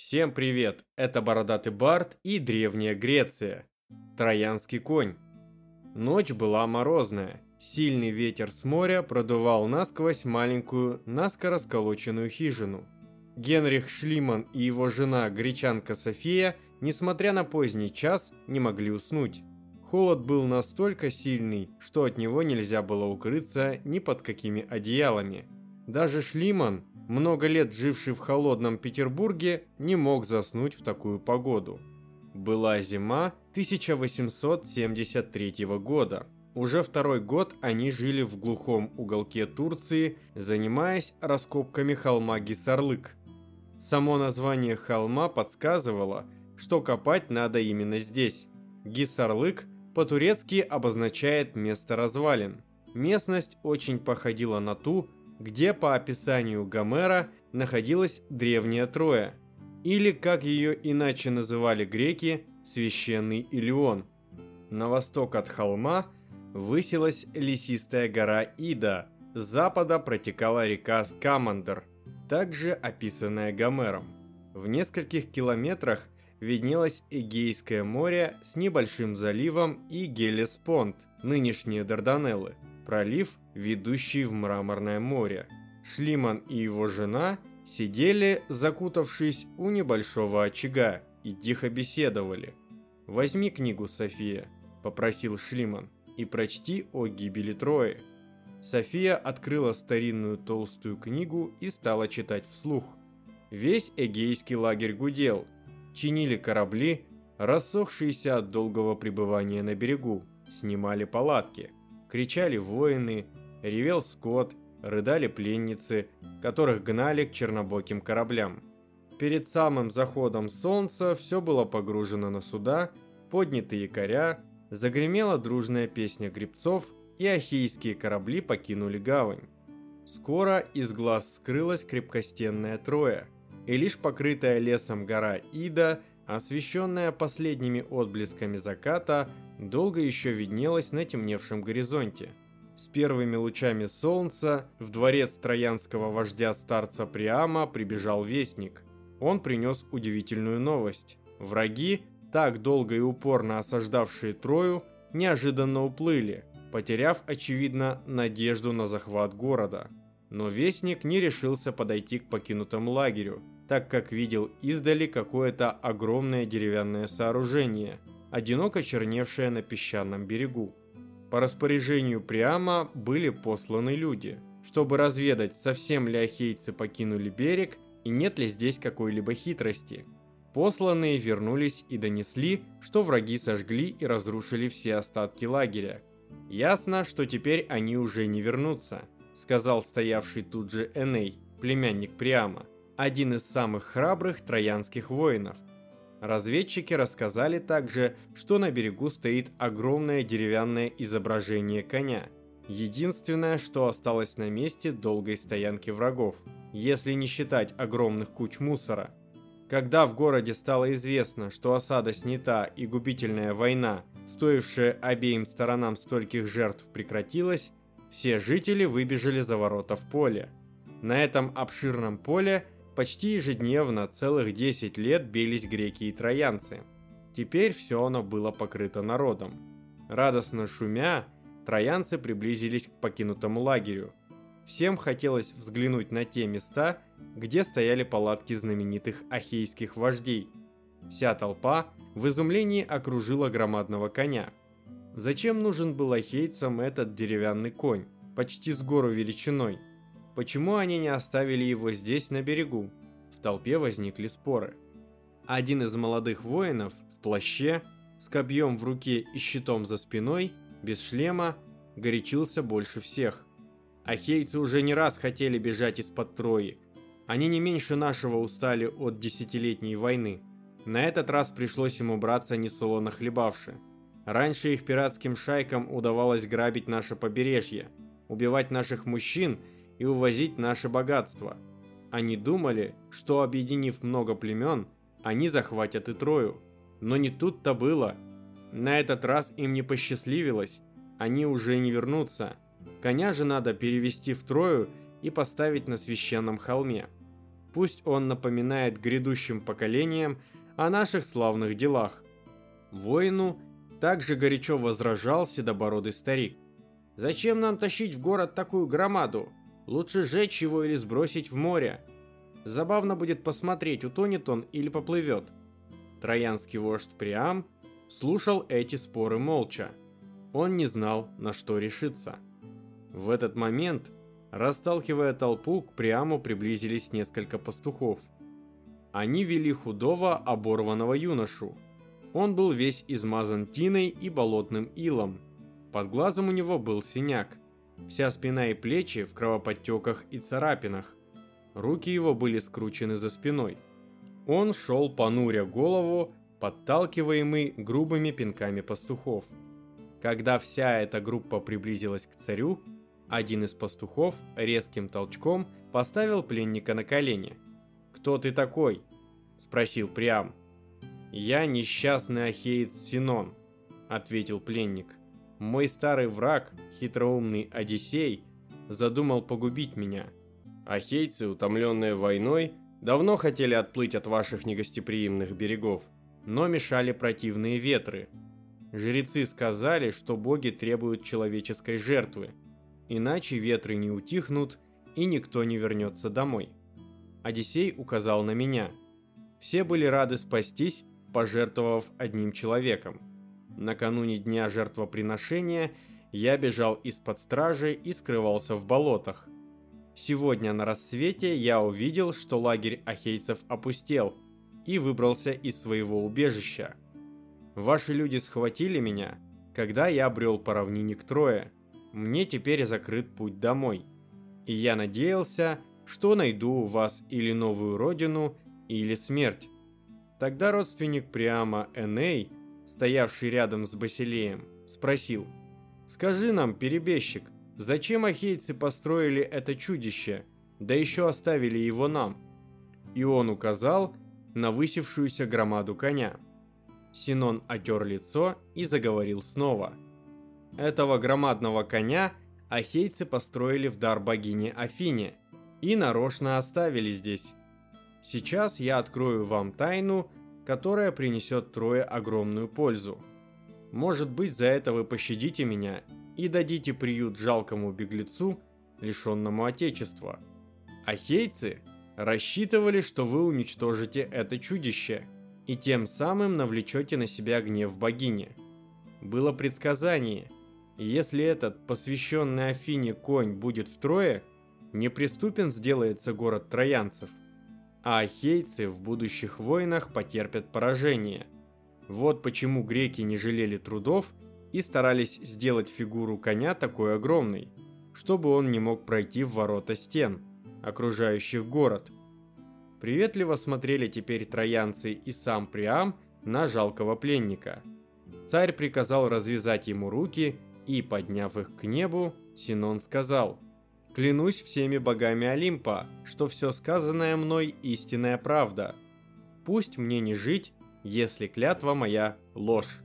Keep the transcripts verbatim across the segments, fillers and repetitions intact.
Всем привет! Это Бородатый Бард и Древняя Греция. Троянский конь. Ночь была морозная. Сильный ветер с моря продувал насквозь маленькую, наскоро сколоченную хижину. Генрих Шлиман и его жена, гречанка София, несмотря на поздний час, не могли уснуть. Холод был настолько сильный, что от него нельзя было укрыться ни под какими одеялами. Даже Шлиман, много лет живший в холодном Петербурге, не мог заснуть в такую погоду. Была зима тысяча восемьсот семьдесят третьего года. Уже второй год они жили в глухом уголке Турции, занимаясь раскопками холма Гисарлык. Само название холма подсказывало, что копать надо именно здесь. Гисарлык по-турецки обозначает место развалин. Местность очень походила на ту, где по описанию Гомера находилась древняя Троя, или, как ее иначе называли греки, священный Илион. На восток от холма высилась лесистая гора Ида, с запада протекала река Скамандр, также описанная Гомером. В нескольких километрах виднелось Эгейское море с небольшим заливом и Геллеспонд, нынешние Дарданеллы, пролив, ведущий в Мраморное море. Шлиман и его жена сидели, закутавшись у небольшого очага, и тихо беседовали. «Возьми книгу, София», – попросил Шлиман, – «и прочти о гибели Трои». София открыла старинную толстую книгу и стала читать вслух. Весь Эгейский лагерь гудел. Чинили корабли, рассохшиеся от долгого пребывания на берегу, снимали палатки. Кричали воины, ревел скот, рыдали пленницы, которых гнали к чернобоким кораблям. Перед самым заходом солнца все было погружено на суда, подняты якоря, загремела дружная песня гребцов, и ахейские корабли покинули гавань. Скоро из глаз скрылась крепкостенная Троя, и лишь покрытая лесом гора Ида, освещенная последними отблесками заката, долго еще виднелась на темневшем горизонте. С первыми лучами солнца в дворец троянского вождя старца Приама прибежал вестник. Он принес удивительную новость. Враги, так долго и упорно осаждавшие Трою, неожиданно уплыли, потеряв, очевидно, надежду на захват города. Но вестник не решился подойти к покинутому лагерю, так как видел издали какое-то огромное деревянное сооружение, одиноко черневшее на песчаном берегу. По распоряжению Приама были посланы люди, чтобы разведать, совсем ли ахейцы покинули берег и нет ли здесь какой-либо хитрости. Посланные вернулись и донесли, что враги сожгли и разрушили все остатки лагеря. «Ясно, что теперь они уже не вернутся», — сказал стоявший тут же Эней, племянник Приама, один из самых храбрых троянских воинов. Разведчики рассказали также, что на берегу стоит огромное деревянное изображение коня, единственное, что осталось на месте долгой стоянки врагов, если не считать огромных куч мусора. Когда в городе стало известно, что осада снята и губительная война, стоившая обеим сторонам стольких жертв, прекратилась, все жители выбежали за ворота в поле. На этом обширном поле почти ежедневно целых десять лет бились греки и троянцы. Теперь все оно было покрыто народом. Радостно шумя, троянцы приблизились к покинутому лагерю. Всем хотелось взглянуть на те места, где стояли палатки знаменитых ахейских вождей. Вся толпа в изумлении окружила громадного коня. Зачем нужен был ахейцам этот деревянный конь, почти с гору величиной? Почему они не оставили его здесь, на берегу? В толпе возникли споры. Один из молодых воинов в плаще, с копьем в руке и щитом за спиной, без шлема, горячился больше всех. Ахейцы уже не раз хотели бежать из-под Трои. Они не меньше нашего устали от десятилетней войны. На этот раз пришлось им убраться несолоно хлебавши. Раньше их пиратским шайкам удавалось грабить наше побережье, убивать наших мужчин и увозить наше богатство. Они думали, что, объединив много племен, они захватят и Трою. Но не тут-то было. На этот раз им не посчастливилось, они уже не вернутся. Коня же надо перевести в Трою и поставить на священном холме. Пусть он напоминает грядущим поколениям о наших славных делах. Воину также горячо возражал седобородый старик. Зачем нам тащить в город такую громаду? Лучше сжечь его или сбросить в море. Забавно будет посмотреть, утонет он или поплывет. Троянский вождь Приам слушал эти споры молча. Он не знал, на что решиться. В этот момент, расталкивая толпу, к Приаму приблизились несколько пастухов. Они вели худого, оборванного юношу. Он был весь измазан тиной и болотным илом. Под глазом у него был синяк. Вся спина и плечи в кровоподтеках и царапинах. Руки его были скручены за спиной. Он шел, понуря голову, подталкиваемый грубыми пинками пастухов. Когда вся эта группа приблизилась к царю, один из пастухов резким толчком поставил пленника на колени. «Кто ты такой?» – спросил Приам. «Я несчастный ахеец Синон», – ответил пленник. «Мой старый враг, хитроумный Одиссей, задумал погубить меня. Ахейцы, утомленные войной, давно хотели отплыть от ваших негостеприимных берегов, но мешали противные ветры. Жрецы сказали, что боги требуют человеческой жертвы, иначе ветры не утихнут и никто не вернется домой. Одиссей указал на меня. Все были рады спастись, пожертвовав одним человеком. Накануне дня жертвоприношения я бежал из-под стражи и скрывался в болотах. Сегодня на рассвете я увидел, что лагерь ахейцев опустел, и выбрался из своего убежища. Ваши люди схватили меня, когда я брел по равнине к Трое. Мне теперь закрыт путь домой. И я надеялся, что найду у вас или новую родину, или смерть. Тогда родственник Приама Эней, стоявший рядом с Басилеем, спросил: «Скажи нам, перебежчик, зачем ахейцы построили это чудище, да еще оставили его нам?» И он указал на высевшуюся громаду коня. Синон отер лицо и заговорил снова. Этого громадного коня ахейцы построили в дар богине Афине и нарочно оставили здесь. Сейчас я открою вам тайну, которая принесет Трое огромную пользу. Может быть, за это вы пощадите меня и дадите приют жалкому беглецу, лишенному отечества. Ахейцы рассчитывали, что вы уничтожите это чудище и тем самым навлечете на себя гнев богини. Было предсказание, и если этот посвященный Афине конь будет в Трое, неприступен сделается город троянцев, а ахейцы в будущих войнах потерпят поражение. Вот почему греки не жалели трудов и старались сделать фигуру коня такой огромной, чтобы он не мог пройти в ворота стен, окружающих город. Приветливо смотрели теперь троянцы и сам Приам на жалкого пленника. Царь приказал развязать ему руки и, подняв их к небу, Синон сказал: «Клянусь всеми богами Олимпа, что все сказанное мной истинная правда. Пусть мне не жить, если клятва моя ложь».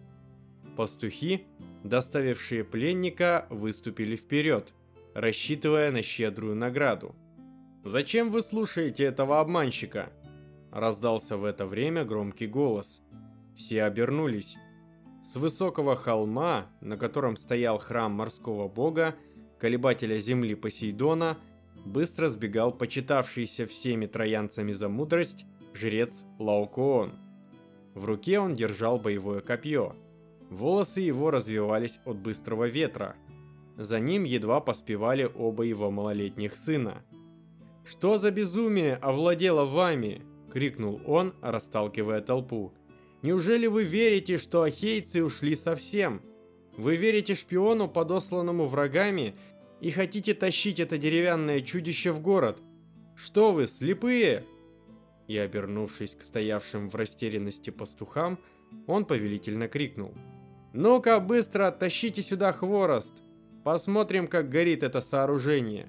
Пастухи, доставившие пленника, выступили вперед, рассчитывая на щедрую награду. «Зачем вы слушаете этого обманщика?» Раздался в это время громкий голос. Все обернулись. С высокого холма, на котором стоял храм морского бога, колебателя земли Посейдона, быстро сбегал почитавшийся всеми троянцами за мудрость жрец Лаокоон. В руке он держал боевое копье. Волосы его развивались от быстрого ветра. За ним едва поспевали оба его малолетних сына. «Что за безумие овладело вами?» — крикнул он, расталкивая толпу. «Неужели вы верите, что ахейцы ушли совсем? Вы верите шпиону, подосланному врагами, и хотите тащить это деревянное чудище в город? Что вы, слепые?» И, обернувшись к стоявшим в растерянности пастухам, он повелительно крикнул: «Ну-ка, быстро тащите сюда хворост! Посмотрим, как горит это сооружение!»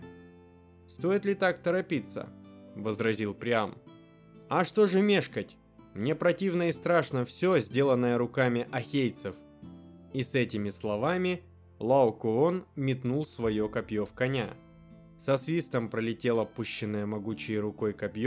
«Стоит ли так торопиться?» — возразил Приам. «А что же мешкать? Мне противно и страшно все, сделанное руками ахейцев». И с этими словами Лаокоон метнул свое копье в коня. Со свистом пролетело пущенное могучей рукой копье,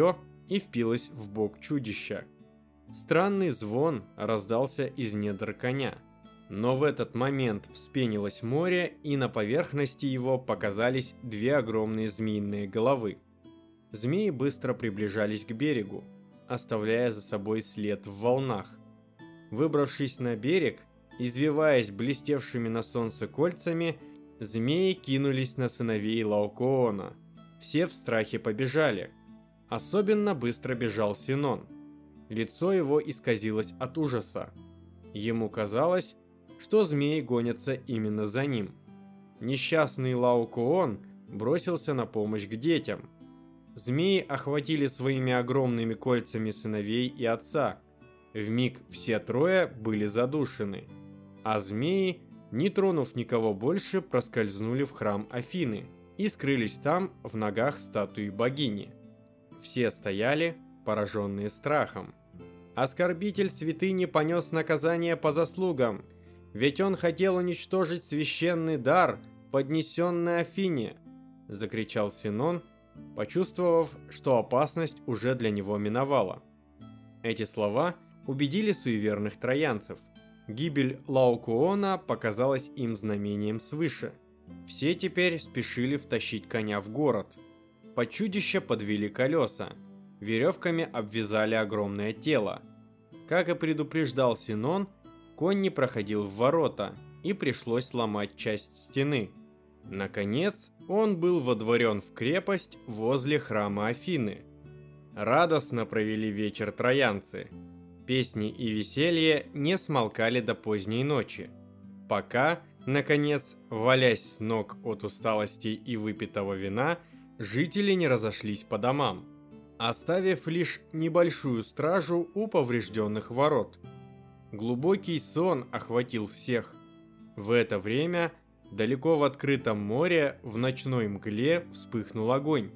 и впилась в бок чудища. Странный звон раздался из недр коня. Но в этот момент вспенилось море, и на поверхности его показались две огромные змеиные головы. Змеи быстро приближались к берегу, оставляя за собой след в волнах. Выбравшись на берег, извиваясь блестевшими на солнце кольцами, змеи кинулись на сыновей Лаокоона. Все в страхе побежали. Особенно быстро бежал Синон. Лицо его исказилось от ужаса. Ему казалось, что змеи гонятся именно за ним. Несчастный Лаокоон бросился на помощь к детям. Змеи охватили своими огромными кольцами сыновей и отца. Вмиг все трое были задушены, а змеи, не тронув никого больше, проскользнули в храм Афины и скрылись там в ногах статуи богини. Все стояли, пораженные страхом. Оскорбитель святыни понес наказание по заслугам, ведь он хотел уничтожить священный дар, поднесенный Афине, закричал Синон, почувствовав, что опасность уже для него миновала. Эти слова убедили суеверных троянцев. Гибель Лаокоона показалась им знамением свыше. Все теперь спешили втащить коня в город. Под чудище подвели колеса. Веревками обвязали огромное тело. Как и предупреждал Синон, конь не проходил в ворота, и пришлось сломать часть стены. Наконец, он был водворен в крепость возле храма Афины. Радостно провели вечер троянцы. Песни и веселье не смолкали до поздней ночи, пока, наконец, валясь с ног от усталости и выпитого вина, жители не разошлись по домам, оставив лишь небольшую стражу у поврежденных ворот. Глубокий сон охватил всех. В это время далеко в открытом море в ночной мгле вспыхнул огонь.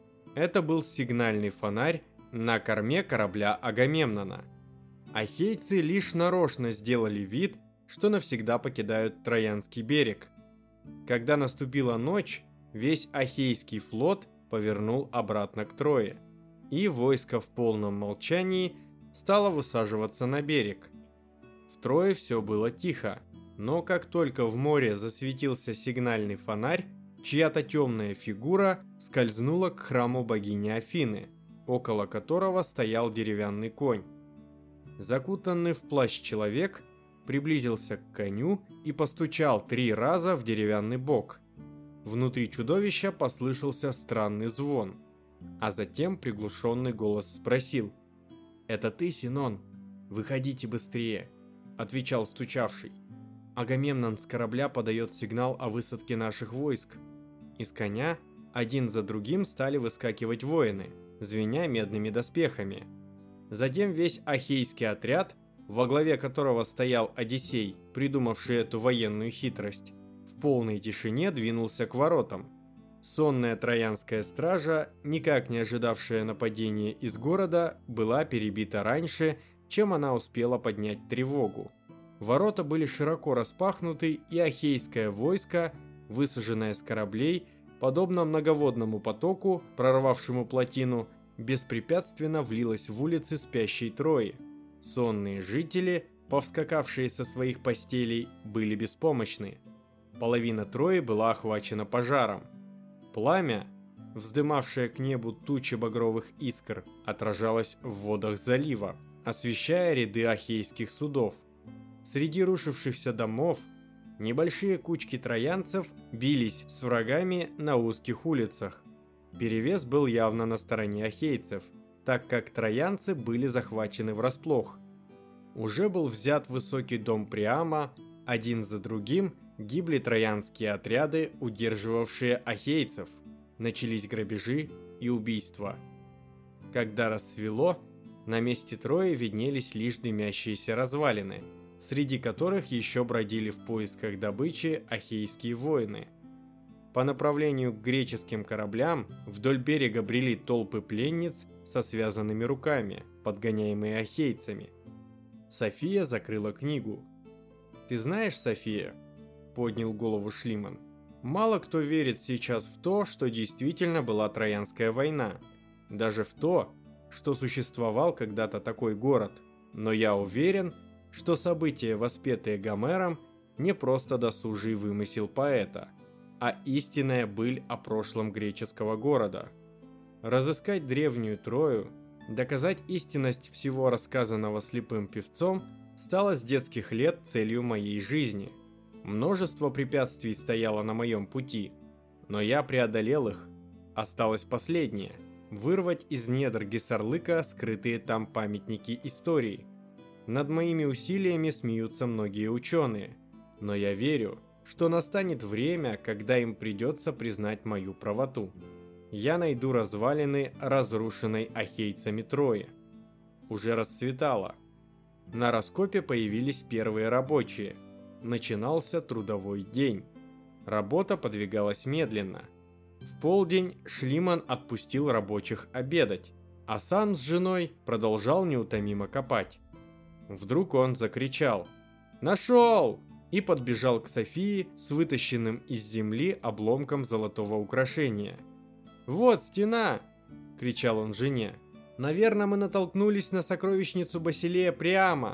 Это был сигнальный фонарь на корме корабля Агамемнона. Ахейцы лишь нарочно сделали вид, что навсегда покидают Троянский берег. Когда наступила ночь, весь Ахейский флот повернул обратно к Трое, и войско в полном молчании стало высаживаться на берег. В Трое все было тихо, но как только в море засветился сигнальный фонарь, чья-то темная фигура скользнула к храму богини Афины, около которого стоял деревянный конь. Закутанный в плащ человек приблизился к коню и постучал три раза в деревянный бок. Внутри чудовища послышался странный звон, а затем приглушенный голос спросил: «Это ты, Синон? Выходите быстрее», — отвечал стучавший. «Агамемнон с корабля подает сигнал о высадке наших войск». Из коня один за другим стали выскакивать воины, звеня медными доспехами. Затем весь ахейский отряд, во главе которого стоял Одиссей, придумавший эту военную хитрость, в полной тишине двинулся к воротам. Сонная троянская стража, никак не ожидавшая нападения из города, была перебита раньше, чем она успела поднять тревогу. Ворота были широко распахнуты, и ахейское войско, высаженное с кораблей, подобно многоводному потоку, прорвавшему плотину, беспрепятственно влилось в улицы спящей Трои. Сонные жители, повскакавшие со своих постелей, были беспомощны. Половина Трои была охвачена пожаром. Пламя, вздымавшее к небу тучи багровых искр, отражалось в водах залива, освещая ряды ахейских судов. Среди рушившихся домов небольшие кучки троянцев бились с врагами на узких улицах. Перевес был явно на стороне ахейцев, так как троянцы были захвачены врасплох. Уже был взят высокий дом Приама, один за другим гибли троянские отряды, удерживавшие ахейцев. Начались грабежи и убийства. Когда рассвело, на месте Трои виднелись лишь дымящиеся развалины, среди которых еще бродили в поисках добычи ахейские воины. По направлению к греческим кораблям вдоль берега брели толпы пленниц со связанными руками, подгоняемые ахейцами. София закрыла книгу. «Ты знаешь, София?» – поднял голову Шлиман. «Мало кто верит сейчас в то, что действительно была Троянская война. Даже в то, что существовал когда-то такой город, но я уверен, что события, воспетые Гомером, не просто досужий вымысел поэта, а истинная быль о прошлом греческого города. Разыскать древнюю Трою, доказать истинность всего рассказанного слепым певцом стало с детских лет целью моей жизни. Множество препятствий стояло на моем пути, но я преодолел их. Осталось последнее – вырвать из недр Гессарлыка скрытые там памятники истории. Над моими усилиями смеются многие ученые, но я верю, что настанет время, когда им придется признать мою правоту. Я найду развалины разрушенной ахейцами Трои. Уже расцветало. На раскопе появились первые рабочие. Начинался трудовой день. Работа подвигалась медленно. В полдень Шлиман отпустил рабочих обедать, а сам с женой продолжал неутомимо копать. Вдруг он закричал «Нашел!» и подбежал к Софии с вытащенным из земли обломком золотого украшения. «Вот стена!» – кричал он жене. «Наверное, мы натолкнулись на сокровищницу Басилея Приама».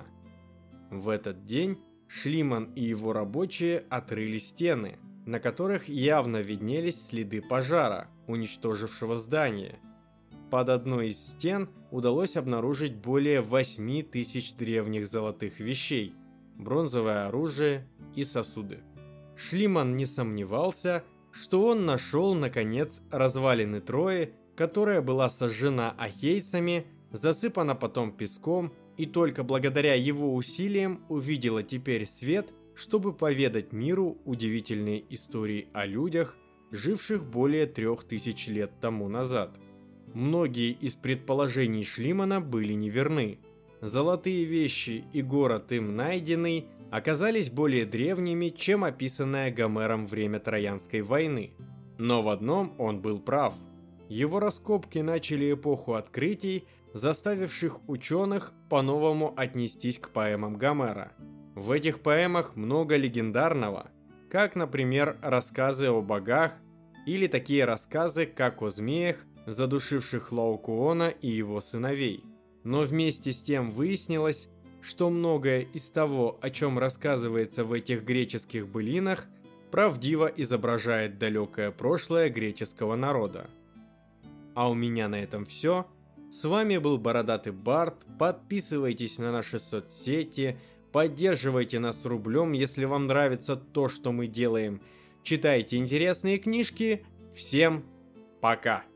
В этот день Шлиман и его рабочие отрыли стены, на которых явно виднелись следы пожара, уничтожившего здание. Под одной из стен удалось обнаружить более восьми тысяч древних золотых вещей, бронзовое оружие и сосуды. Шлиман не сомневался, что он нашел, наконец, развалины Трои, которая была сожжена ахейцами, засыпана потом песком и только благодаря его усилиям увидела теперь свет, чтобы поведать миру удивительные истории о людях, живших более трех тысяч лет тому назад. Многие из предположений Шлимана были неверны. Золотые вещи и город им найденный оказались более древними, чем описанное Гомером время Троянской войны. Но в одном он был прав. Его раскопки начали эпоху открытий, заставивших ученых по-новому отнестись к поэмам Гомера. В этих поэмах много легендарного, как, например, рассказы о богах или такие рассказы, как о змеях, задушивших Лаокоона и его сыновей. Но вместе с тем выяснилось, что многое из того, о чем рассказывается в этих греческих былинах, правдиво изображает далекое прошлое греческого народа. А у меня на этом все. С вами был Бородатый Бард. Подписывайтесь на наши соцсети, поддерживайте нас рублем, если вам нравится то, что мы делаем. Читайте интересные книжки. Всем пока!